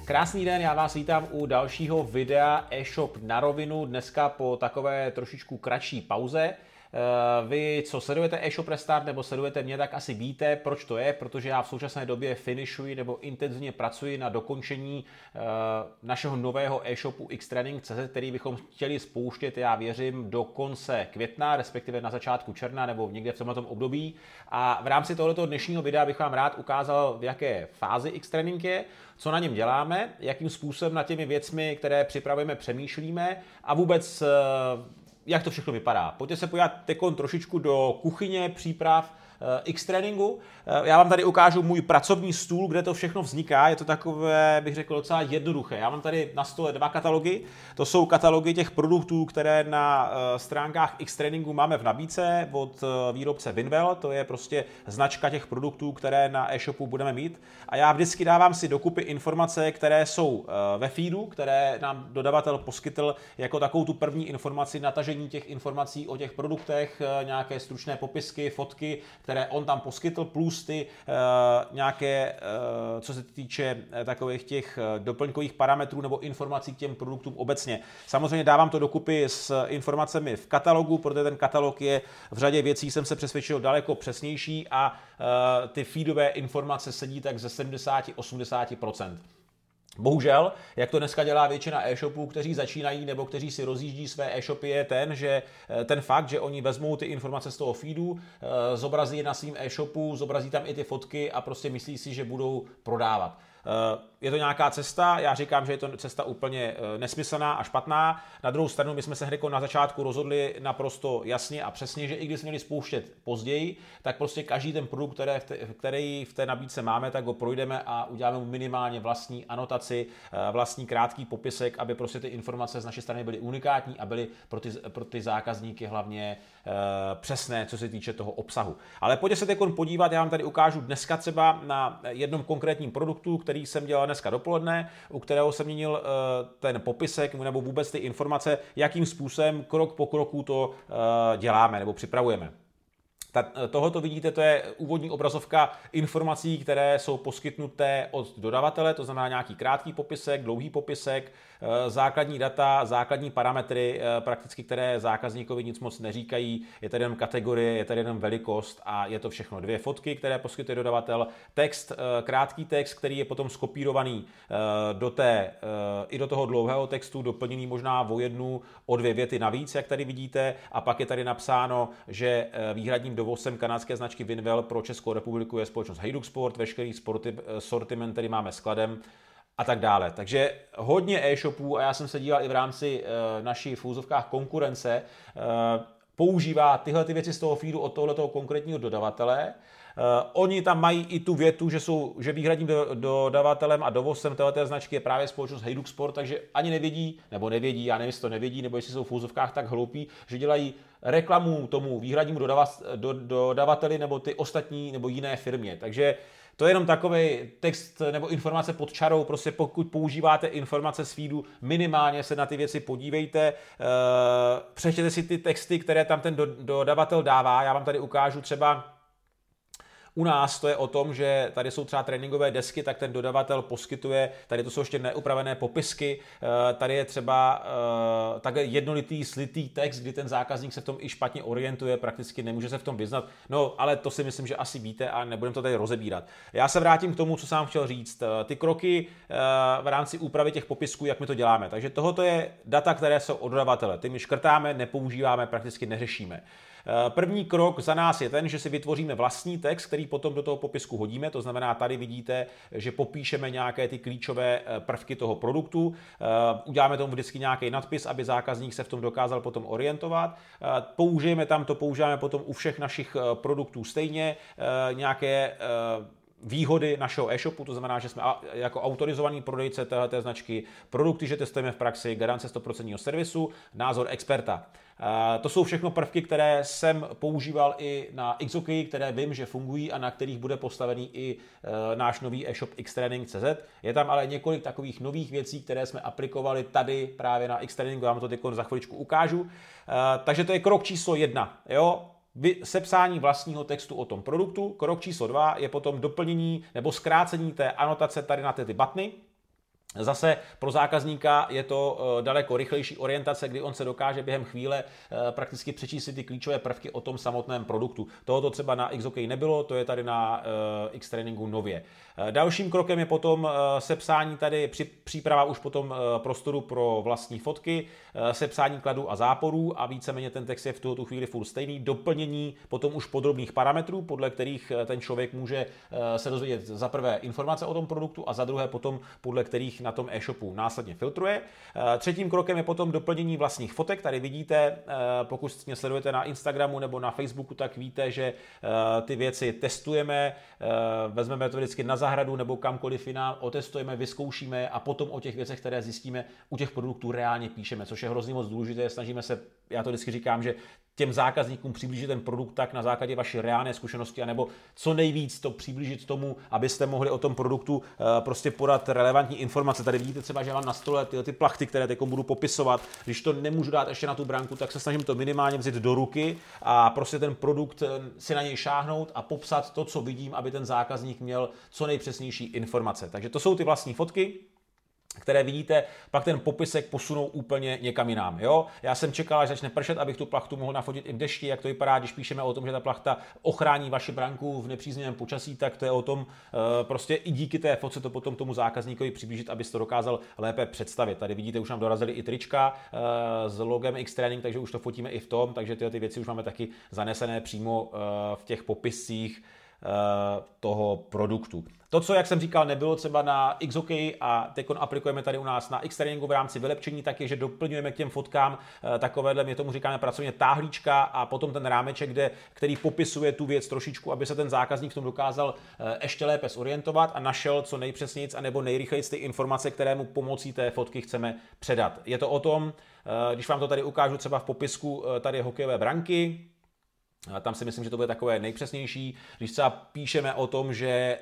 Krásný den, já vás vítám u dalšího videa e-shop na rovinu, dneska po takové trošičku kratší pauze. Vy, co sledujete e-shop Restart nebo sledujete mě, tak asi víte, proč to je, protože já v současné době finishuji nebo intenzivně pracuji na dokončení našeho nového e-shopu xtraining.cz, který bychom chtěli spouštět, já věřím, do konce května, respektive na začátku června nebo někde v tomto období. A v rámci tohoto dnešního videa bych vám rád ukázal, v jaké fázi xtraining je, co na něm děláme, jakým způsobem nad těmi věcmi, které připravujeme, přemýšlíme a vůbec jak to všechno vypadá. Pojďte se podívat teď trošičku do kuchyně příprav xtrainingu. Já vám tady ukážu můj pracovní stůl, kde to všechno vzniká. Je to takové, bych řekl, docela jednoduché. Já mám tady na stole dva katalogy. To jsou katalogy těch produktů, které na stránkách xtrainingu máme v nabídce od výrobce Winwell. To je prostě značka těch produktů, které na e-shopu budeme mít. A já vždycky dávám si dokupy informace, které jsou ve feedu, které nám dodavatel poskytl jako takovou tu první informaci, natažení těch informací o těch produktech, nějaké stručné popisky, fotky, které on tam poskytl, plus ty nějaké, co se týče takových těch doplňkových parametrů nebo informací k těm produktům obecně. Samozřejmě dávám to dokupy s informacemi v katalogu, protože ten katalog je v řadě věcí, jsem se přesvědčil, daleko přesnější a ty feedové informace sedí tak ze 70-80%. Bohužel, jak to dneska dělá většina e-shopů, kteří začínají nebo kteří si rozjíždí své e-shopy, je ten fakt, že oni vezmou ty informace z toho feedu, zobrazí je na svým e-shopu, zobrazí tam i ty fotky a prostě myslí si, že budou prodávat. Je to nějaká cesta, já říkám, že je to cesta úplně nesmyslná a špatná. Na druhou stranu my jsme se hned na začátku rozhodli naprosto jasně a přesně, že i když jsme měli spouštět později, tak prostě každý ten produkt, který v té nabídce máme, tak ho projdeme a uděláme mu minimálně vlastní anotaci, vlastní krátký popisek, aby prostě ty informace z naší strany byly unikátní a byly pro ty zákazníky hlavně přesné, co se týče toho obsahu. Ale pojďte se teď podívat, já vám tady ukážu dneska třeba na jednom konkrétním produktu, který jsem dělal dneska dopoledne, u kterého jsem měnil ten popisek nebo vůbec ty informace, jakým způsobem krok po kroku to děláme nebo připravujeme. Tohoto vidíte, to je úvodní obrazovka informací, které jsou poskytnuté od dodavatele, to znamená nějaký krátký popisek, dlouhý popisek, základní data, základní parametry, prakticky které zákazníkovi nic moc neříkají, je tady jenom kategorie, je tady jenom velikost a je to všechno. 2 fotky, které poskytuje dodavatel, text, krátký text, který je potom skopírovaný i do toho dlouhého textu, doplněný možná o 2 věty navíc, jak tady vidíte, a pak je tady napsáno, že výhradním dovozcem kanadské značky Winwell pro Českou republiku je společnost Hajduk Sport, veškerý sortiment, který máme skladem a tak dále. Takže hodně e-shopů, a já jsem se díval i v rámci naší v úzovkách konkurence, používá tyhle ty věci z toho feedu od tohoto konkrétního dodavatele. Oni tam mají i tu větu, že výhradním dodavatelem a dovozcem této značky je právě společnost Hajduk Sport, takže ani nevědí, já nevím, jestli to nevědí, nebo jestli jsou v úzovkách tak hloupí, že dělají reklamu tomu výhradnímu dodavateli nebo ty ostatní nebo jiné firmě. Takže to je jenom takový text nebo informace pod čarou, prostě pokud používáte informace z feedu, minimálně se na ty věci podívejte, přečtěte si ty texty, které tam ten dodavatel dává, já vám tady ukážu třeba. U nás to je o tom, že tady jsou třeba tréninkové desky, tak ten dodavatel poskytuje, tady to jsou ještě neupravené popisky, tady je třeba takhle jednolitý slitý text, kdy ten zákazník se v tom i špatně orientuje, prakticky nemůže se v tom vyznat, no ale to si myslím, že asi víte a nebudeme to tady rozebírat. Já se vrátím k tomu, co jsem vám chtěl říct, ty kroky v rámci úpravy těch popisků, jak my to děláme. Takže tohoto je data, které jsou od dodavatele, ty my škrtáme, nepoužíváme, prakticky neřešíme. První krok za nás je ten, že si vytvoříme vlastní text, který potom do toho popisku hodíme, to znamená, tady vidíte, že popíšeme nějaké ty klíčové prvky toho produktu, uděláme tomu vždycky nějaký nadpis, aby zákazník se v tom dokázal potom orientovat, používáme potom u všech našich produktů stejně, nějaké výhody našeho e-shopu, to znamená, že jsme jako autorizovaný prodejce této značky, produkty, že testujeme v praxi, garance 100% servisu, názor experta. To jsou všechno prvky, které jsem používal i na XHockey, které vím, že fungují a na kterých bude postavený i náš nový e-shop xtraining.cz. Je tam ale několik takových nových věcí, které jsme aplikovali tady právě na xtrainingu, já vám to teď za chviličku ukážu. Takže to je krok číslo 1. Jo? Sepsání vlastního textu o tom produktu. Krok číslo 2 je potom doplnění nebo zkrácení té anotace tady na ty buttony. Zase pro zákazníka je to daleko rychlejší orientace, kdy on se dokáže během chvíle prakticky přečíst si ty klíčové prvky o tom samotném produktu. Tohoto třeba na XOK nebylo, to je tady na X-Trainingu nově. Dalším krokem je potom sepsání tady, příprava už potom prostoru pro vlastní fotky, sepsání kladů a záporů a víceméně ten text je v tuto chvíli furt stejný. Doplnění potom už podrobných parametrů, podle kterých ten člověk může se dozvědět za prvé informace o tom produktu a za druhé potom podle kterých na tom e-shopu následně filtruje. Třetím krokem je potom doplnění vlastních fotek. Tady vidíte, pokud mě sledujete na Instagramu nebo na Facebooku, tak víte, že ty věci testujeme, vezmeme to vždycky na zahradu nebo kamkoliv jinam, otestujeme, vyzkoušíme a potom o těch věcech, které zjistíme, u těch produktů reálně píšeme, což je hrozně moc důležité. Snažíme se, já to vždycky říkám, že těm zákazníkům přiblížit ten produkt tak na základě vaší reálné zkušenosti, anebo co nejvíc to přiblížit tomu, abyste mohli o tom produktu prostě podat relevantní informace. Tady vidíte třeba, že mám na stole ty plachty, které teď budu popisovat. Když to nemůžu dát ještě na tu branku, tak se snažím to minimálně vzít do ruky a prostě ten produkt si na něj šáhnout a popsat to, co vidím, aby ten zákazník měl co nejpřesnější informace. Takže to jsou ty vlastní fotky, které vidíte, pak ten popisek posunou úplně někam jinam. Jo? Já jsem čekal, až začne pršet, abych tu plachtu mohl nafotit i v dešti, jak to vypadá, když píšeme o tom, že ta plachta ochrání vaši branku v nepříznivém počasí, tak to je o tom prostě i díky té fotce to potom tomu zákazníkovi přiblížit, abyste to dokázal lépe představit. Tady vidíte, už nám dorazily i trička s logem X-Training, takže už to fotíme i v tom, takže ty věci už máme taky zanesené přímo v těch popiscích toho produktu. To, co, jak jsem říkal, nebylo třeba na XOK a teď aplikujeme tady u nás na X-Trainingu v rámci vylepšení, tak je, že doplňujeme k těm fotkám takovéhle, my tomu říkáme pracovně táhlíčka a potom ten rámeček, který popisuje tu věc trošičku, aby se ten zákazník v tom dokázal ještě lépe zorientovat a našel co nejpřesnějc a nebo nejrychleji ty informace, které mu pomocí té fotky chceme předat. Je to o tom, když vám to tady ukážu třeba v popisku tady hokejové branky, tam si myslím, že to bude takové nejpřesnější. Když třeba píšeme o tom, že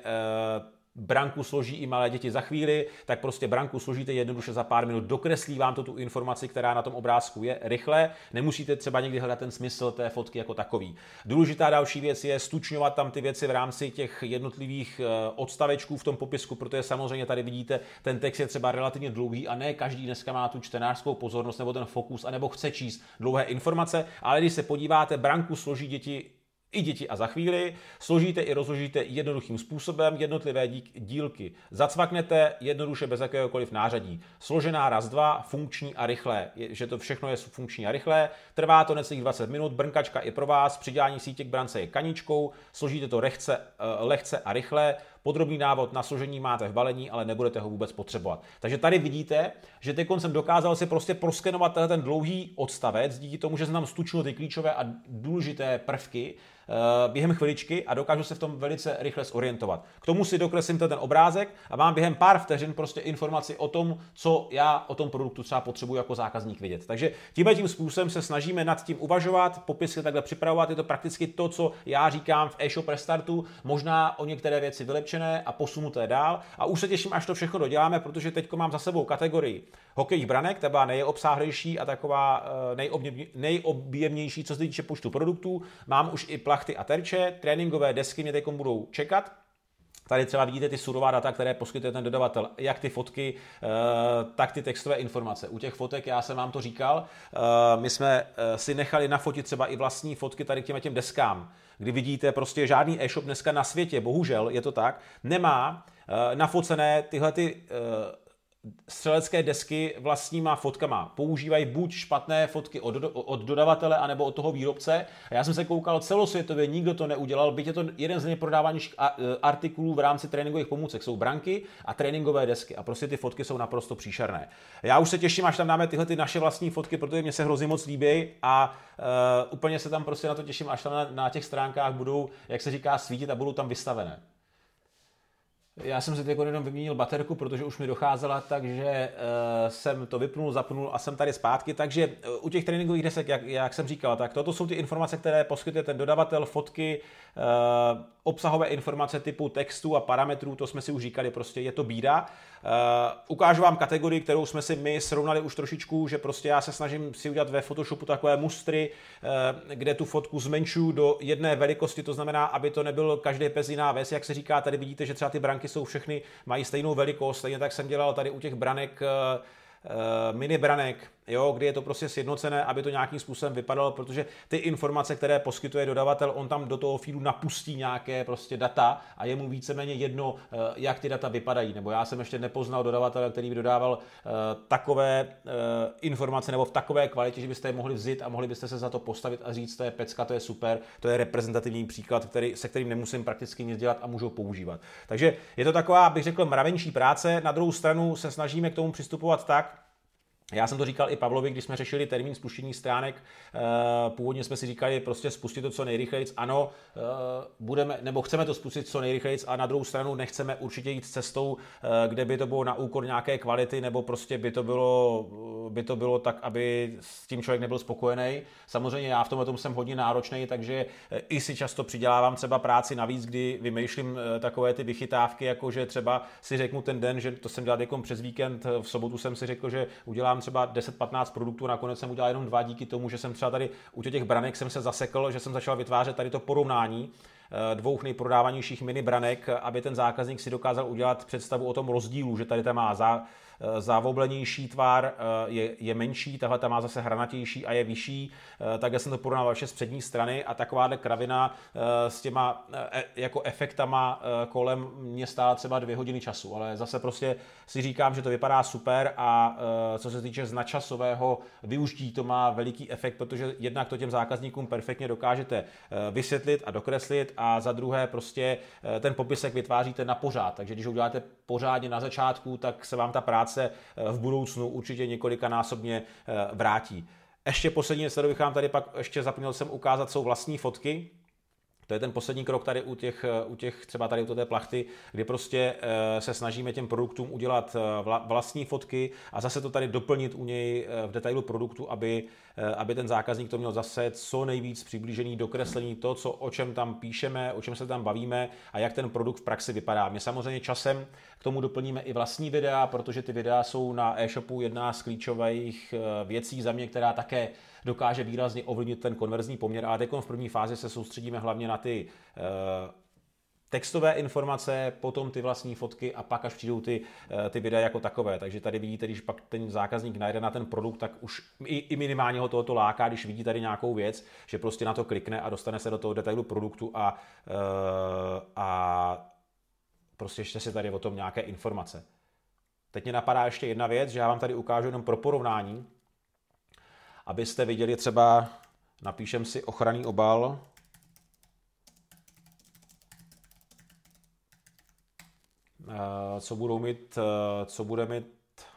branku složí i malé děti za chvíli, tak prostě branku složíte jednoduše za pár minut, dokreslí vám to tu informaci, která na tom obrázku je rychle, nemusíte třeba někdy hledat ten smysl té fotky jako takový. Důležitá další věc je stučňovat tam ty věci v rámci těch jednotlivých odstavečků v tom popisku, protože samozřejmě tady vidíte, ten text je třeba relativně dlouhý a ne každý dneska má tu čtenářskou pozornost nebo ten fokus, anebo chce číst dlouhé informace, ale když se podíváte, branku složí děti a za chvíli, složíte i rozložíte jednoduchým způsobem, jednotlivé dílky zacvaknete jednoduše bez jakéhokoliv nářadí. Složená raz, dva, funkční a rychlé, že to všechno je funkční a rychlé, trvá to necelých 20 minut, brnkačka i pro vás, přidělání sítě k brance je kaničkou, složíte to lehce a rychle, podrobný návod na složení máte v balení, ale nebudete ho vůbec potřebovat. Takže tady vidíte, že teď jsem dokázal si prostě proskenovat ten dlouhý odstavec, díky tomu, že znám stučnu ty klíčové a důležité prvky během chviličky a dokážu se v tom velice rychle zorientovat. K tomu si dokreslím ten obrázek a mám během pár vteřin prostě informaci o tom, co já o tom produktu třeba potřebuji jako zákazník vidět. Takže tím způsobem se snažíme nad tím uvažovat, popisky takhle připravovat, je to prakticky to, co já říkám v e-shop restartu, možná o některé věci vylepšené a posunuté dál a už se těším, až to všechno doděláme, protože teď mám za sebou kategorii hokejových branek, ta byla nejobsáhlejší a taková nejobjemnější, co se týče počtu produktů. Mám už i plachty a terče, tréninkové desky mě teď budou čekat. Tady třeba vidíte ty surová data, které poskytuje ten dodavatel, jak ty fotky, tak ty textové informace. U těch fotek, já jsem vám to říkal, my jsme si nechali nafotit třeba i vlastní fotky tady k těm deskám, kdy vidíte prostě žádný e-shop dneska na světě, bohužel je to tak, nemá nafocené tyhle střelecké desky vlastníma fotkama. Používají buď špatné fotky od dodavatele, anebo od toho výrobce. A já jsem se koukal celosvětově, nikdo to neudělal, byť je to jeden z nejprodávanějších artikulů v rámci tréninkových pomůcek. Jsou branky a tréninkové desky. A prostě ty fotky jsou naprosto příšerné. Já už se těším, až tam dáme tyhle ty naše vlastní fotky, protože mě se hrozně moc líbí a úplně se tam prostě na to těším, až tam na těch stránkách budou, jak se říká, svítit a budou tam vystavené. Já jsem si teď jenom vyměnil baterku, protože už mi docházela, takže jsem to vypnul, zapnul a jsem tady zpátky. Takže u těch tréninkových desek, jak jsem říkal, tak toto jsou ty informace, které poskytuje ten dodavatel, fotky, obsahové informace typu textu a parametrů, to jsme si už říkali, prostě je to bída. Ukážu vám kategorii, kterou jsme si my srovnali už trošičku, že prostě já se snažím si udělat ve Photoshopu takové mustry, kde tu fotku zmenšuju do jedné velikosti, to znamená, aby to nebyl každý pes jiná ves, jak se říká, tady vidíte, že třeba ty branky stránky jsou všechny, mají stejnou velikost, stejně tak jsem dělal tady u těch branek, mini branek, jo, kdy je to prostě sjednocené, aby to nějakým způsobem vypadalo, protože ty informace, které poskytuje dodavatel, on tam do toho feedu napustí nějaké prostě data a je mu víceméně jedno, jak ty data vypadají. Nebo já jsem ještě nepoznal dodavatele, který by dodával takové informace nebo v takové kvalitě, že byste je mohli vzít a mohli byste se za to postavit a říct, to je pecka, to je super, to je reprezentativní příklad, se kterým nemusím prakticky nic dělat a můžu ho používat. Takže je to taková, bych řekl, mravenčí práce. Na druhou stranu se snažíme k tomu přistupovat tak, já jsem to říkal i Pavlovi, když jsme řešili termín spuštění stránek, původně jsme si říkali prostě spustit to co nejrychleji, ano, budeme, nebo chceme to spustit co nejrychleji a na druhou stranu nechceme určitě jít cestou, kde by to bylo na úkor nějaké kvality, nebo prostě by to bylo tak, aby s tím člověk nebyl spokojený. Samozřejmě já v tomhle jsem hodně náročný, takže i si často přidělávám třeba práci navíc, kdy vymýšlím takové ty vychytávky, jako že třeba si řeknu ten den, že to jsem dělal jako přes víkend, v sobotu jsem si řekl, že udělám třeba 10-15 produktů, nakonec jsem udělal jenom 2 díky tomu, že jsem třeba tady u těch branek jsem se zasekl, že jsem začal vytvářet tady to porovnání 2 nejprodávanějších mini branek, aby ten zákazník si dokázal udělat představu o tom rozdílu, že tady ta má závoblenější tvar, je menší, tahle ta má zase hranatější a je vyšší, tak já jsem to porovnával ještě z přední strany a takováhle kravina s těma jako efektama kolem mě stála třeba 2 hodiny času, ale zase prostě si říkám, že to vypadá super a co se týče nadčasového využití, to má veliký efekt, protože jednak to těm zákazníkům perfektně dokážete vysvětlit a dokreslit a za druhé prostě ten popisek vytváříte na pořád, takže když ho uděláte pořádně na začátku, tak se vám ta práce v budoucnu určitě několikanásobně vrátí. Ještě poslední věc, kterou bych vám tady pak ještě zapomněl jsem ukázat, jsou vlastní fotky. To je ten poslední krok tady u těch třeba tady u té plachty, kdy prostě se snažíme těm produktům udělat vlastní fotky a zase to tady doplnit u něj v detailu produktu, aby ten zákazník to měl zase co nejvíc přiblížený, dokreslený to, o čem tam píšeme, o čem se tam bavíme a jak ten produkt v praxi vypadá. My samozřejmě časem k tomu doplníme i vlastní videa, protože ty videa jsou na e-shopu jedna z klíčových věcí za mě, která také dokáže výrazně ovlivnit ten konverzní poměr, ale teď v první fázi se soustředíme hlavně na ty textové informace, potom ty vlastní fotky a pak až přijdou ty videa jako takové. Takže tady vidíte, když pak ten zákazník najde na ten produkt, tak už i minimálně ho tohoto láká, když vidí tady nějakou věc, že prostě na to klikne a dostane se do toho detailu produktu a prostě ještě si tady o tom nějaké informace. Teď mě napadá ještě jedna věc, že já vám tady ukážu jenom pro porovnání, abyste viděli třeba, napíšem si ochranný obal, co bude mít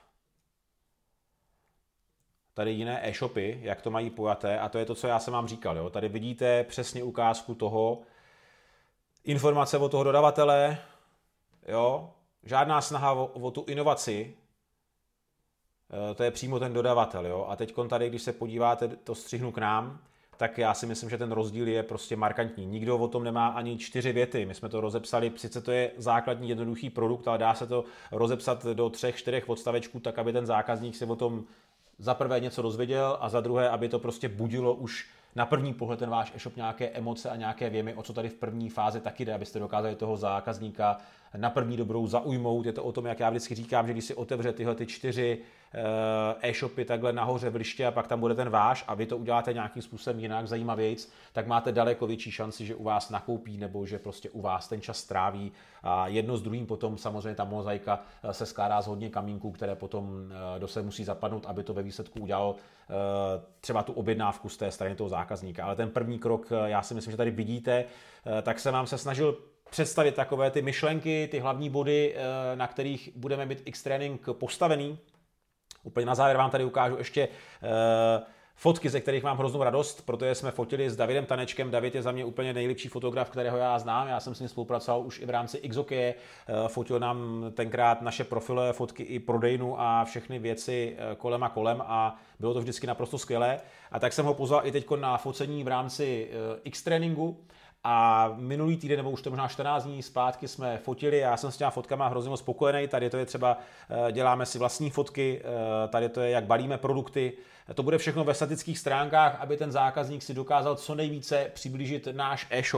tady jiné e-shopy, jak to mají pojaté a to je to, co já jsem vám říkal. Jo. Tady vidíte přesně ukázku toho, informace od toho dodavatele, jo. Žádná snaha o tu inovaci, to je přímo ten dodavatel. Jo. A teď tady, když se podíváte, to střihnu k nám, tak já si myslím, že ten rozdíl je prostě markantní. Nikdo o tom nemá ani 4 věty. My jsme to rozepsali, sice to je základní jednoduchý produkt, ale dá se to rozepsat do 3-4 odstavečků, tak aby ten zákazník si o tom za prvé něco dozvěděl a za druhé, aby to prostě budilo už na první pohled ten váš e-shop nějaké emoce a nějaké věmy, o co tady v první fázi taky jde, abyste dokázali toho zákazníka na první dobrou zaujmout. Je to o tom, jak já vždycky říkám, že když si otevře tyhle ty 4 e-shopy takhle nahoře v liště a pak tam bude ten váš a vy to uděláte nějakým způsobem jinak zajímavějc, tak máte daleko větší šanci, že u vás nakoupí nebo že prostě u vás ten čas stráví. A jedno s druhým potom samozřejmě ta mozaika se skládá z hodně kamínků, které potom do se musí zapadnout, aby to ve výsledku udělalo třeba tu objednávku z té strany toho zákazníka. Ale ten první krok, já si myslím, že tady vidíte, tak jsem vám se snažil představit takové ty myšlenky, ty hlavní body, na kterých budeme mít X-Training postavený. Úplně na závěr vám tady ukážu ještě fotky, ze kterých mám hroznou radost, protože jsme fotili s Davidem Tanečkem. David je za mě úplně nejlepší fotograf, kterého já znám. Já jsem s ním spolupracoval už i v rámci X-Hokeje. Fotil nám tenkrát naše profilové fotky i prodejnu a všechny věci kolem a bylo to vždycky naprosto skvělé. A tak jsem ho pozval i teď na focení v rámci X-Trainingu. A minulý týden, nebo už to možná 14 dní zpátky jsme fotili, já jsem s těma fotkama hrozně moc spokojený, tady to je třeba, děláme si vlastní fotky, tady to je, jak balíme produkty, to bude všechno ve statických stránkách, aby ten zákazník si dokázal co nejvíce přiblížit náš e-shop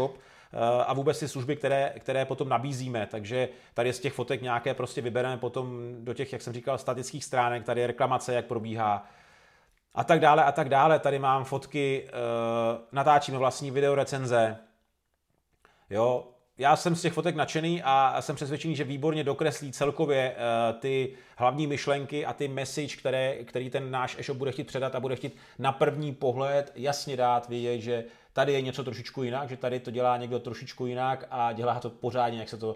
a vůbec ty služby, které potom nabízíme. Takže tady z těch fotek nějaké prostě vybereme potom do těch, jak jsem říkal, statických stránek, tady je reklamace, jak probíhá a tak dále a tak dále. Tady mám fotky, natáčíme vlastní videorecenze. Jo, já jsem z těch fotek nadšený a jsem přesvědčený, že výborně dokreslí celkově ty hlavní myšlenky a ty message, který ten náš e-shop bude chtít předat a bude chtít na první pohled jasně dát vědět, že tady je něco trošičku jinak, že tady to dělá někdo trošičku jinak a dělá to pořádně, jak se to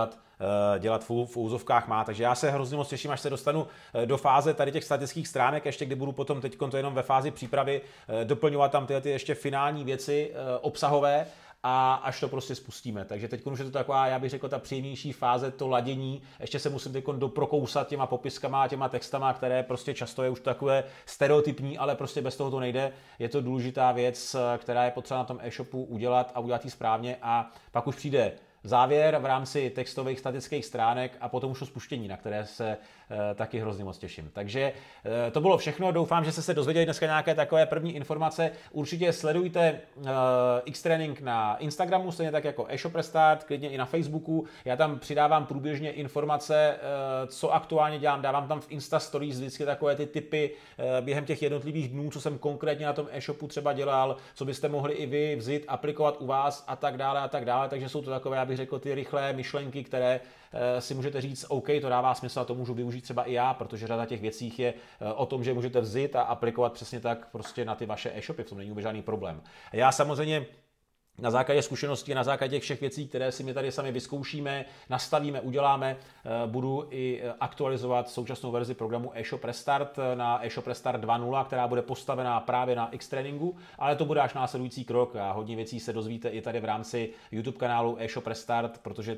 dělat v úzovkách má. Takže já se hrozně moc těším, až se dostanu do fáze tady těch statických stránek, ještě kdy budu potom teď to jenom ve fázi přípravy doplňovat tam ty ještě finální věci obsahové, a až to prostě spustíme. Takže teď už je to taková, já bych řekl, ta příjemnější fáze, to ladění. Ještě se musím teď doprokousat těma popiskama a těma textama, které prostě často je už takové stereotypní, ale prostě bez toho to nejde. Je to důležitá věc, která je potřeba na tom e-shopu udělat a udělat ji správně a pak už přijde závěr v rámci textových statických stránek a potom už to spuštění, na které se taky hrozně moc těším. Takže to bylo všechno, doufám, že jste se dozvěděli dneska nějaké takové první informace. Určitě sledujte Xtraining na Instagramu, stejně tak jako e-shop Restart, klidně i na Facebooku. Já tam přidávám průběžně informace, co aktuálně dělám, dávám tam v Insta Stories vždycky takové ty tipy během těch jednotlivých dnů, co jsem konkrétně na tom e-shopu třeba dělal, co byste mohli i vy vzít, aplikovat u vás a tak dále a tak dále. Takže jsou to takové, já bych řekl, ty rychlé myšlenky, které si můžete říct, OK, to dává smysl a to můžu využít třeba i já, protože řada těch věcí je o tom, že můžete vzít a aplikovat přesně tak prostě na ty vaše e-shopy, v tom není vůbec žádný problém. Já samozřejmě na základě zkušeností, na základě těch všech věcí, které si my tady sami vyzkoušíme, nastavíme, uděláme, budu i aktualizovat současnou verzi programu eShop Restart na eShop Restart 2.0, která bude postavená právě na Xtrainingu, ale to bude až následující krok a hodně věcí se dozvíte i tady v rámci YouTube kanálu eShop Restart, protože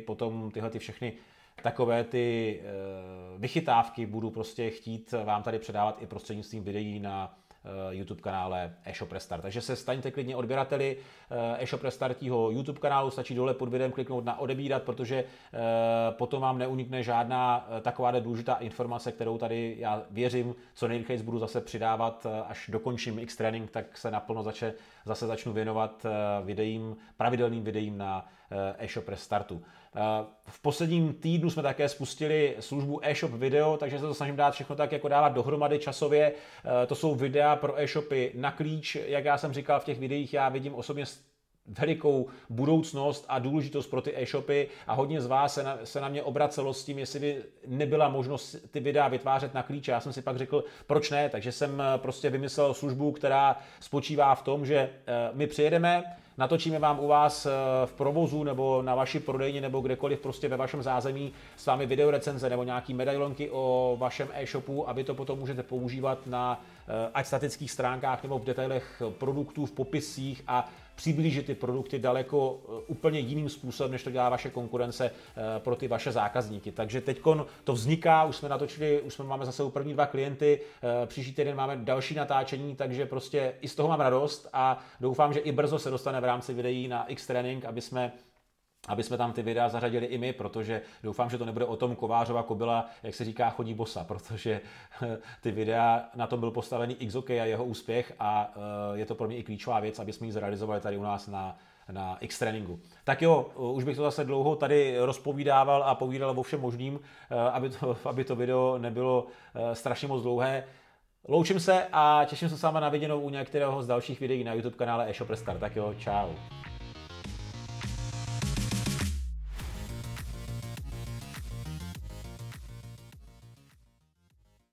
tyhle všechny takové ty vychytávky budu prostě chtít vám tady předávat i prostřednictvím videí na YouTube kanále eShop Restart. Takže se staňte klidně odběrateli eShop Restartího YouTube kanálu, stačí dole pod videem kliknout na odebírat, protože potom vám neunikne žádná taková důležitá informace, kterou tady já věřím, co nejrychleji budu zase přidávat, až dokončím Xtraining, tak se naplno zase začnu věnovat pravidelným videím na eShop Restartu. V posledním týdnu jsme také spustili službu eShop Video, takže se to snažím dát všechno tak, jako dávat dohromady časově. To jsou videa pro e-shopy na klíč, jak já jsem říkal v těch videích, já vidím osobně velikou budoucnost a důležitost pro ty e-shopy a hodně z vás se na mě obracelo s tím, jestli by nebyla možnost ty videa vytvářet na klíče. Já jsem si pak řekl, proč ne, takže jsem prostě vymyslel službu, která spočívá v tom, že my přijedeme, natočíme vám u vás v provozu nebo na vaší prodejně nebo kdekoliv prostě ve vašem zázemí s vámi videorecenze nebo nějaký medailonky o vašem e-shopu a vy to potom můžete používat na ať statických stránkách nebo v detailech produktů, v popisích a přiblížit ty produkty daleko úplně jiným způsobem, než to dělá vaše konkurence pro ty vaše zákazníky. Takže teďkon to vzniká, už jsme natočili, máme zase u první 2 klienty, příští týden máme další natáčení, takže prostě i z toho mám radost a doufám, že i brzo se dostane v rámci videí na Xtraining, aby jsme tam ty videa zařadili i my, protože doufám, že to nebude o tom Kovářova kobila, jak se říká, chodí bosa, protože ty videa, na tom byl postavený XOK a jeho úspěch a je to pro mě i klíčová věc, aby jsme ji zrealizovali tady u nás na Xtrainingu. Tak jo, už bych to zase dlouho tady rozpovídával a povídal o všem možným, aby to video nebylo strašně moc dlouhé. Loučím se a těším se s vámi na viděnou u některého z dalších videí na YouTube kanále eShop Restart. Tak jo, čau.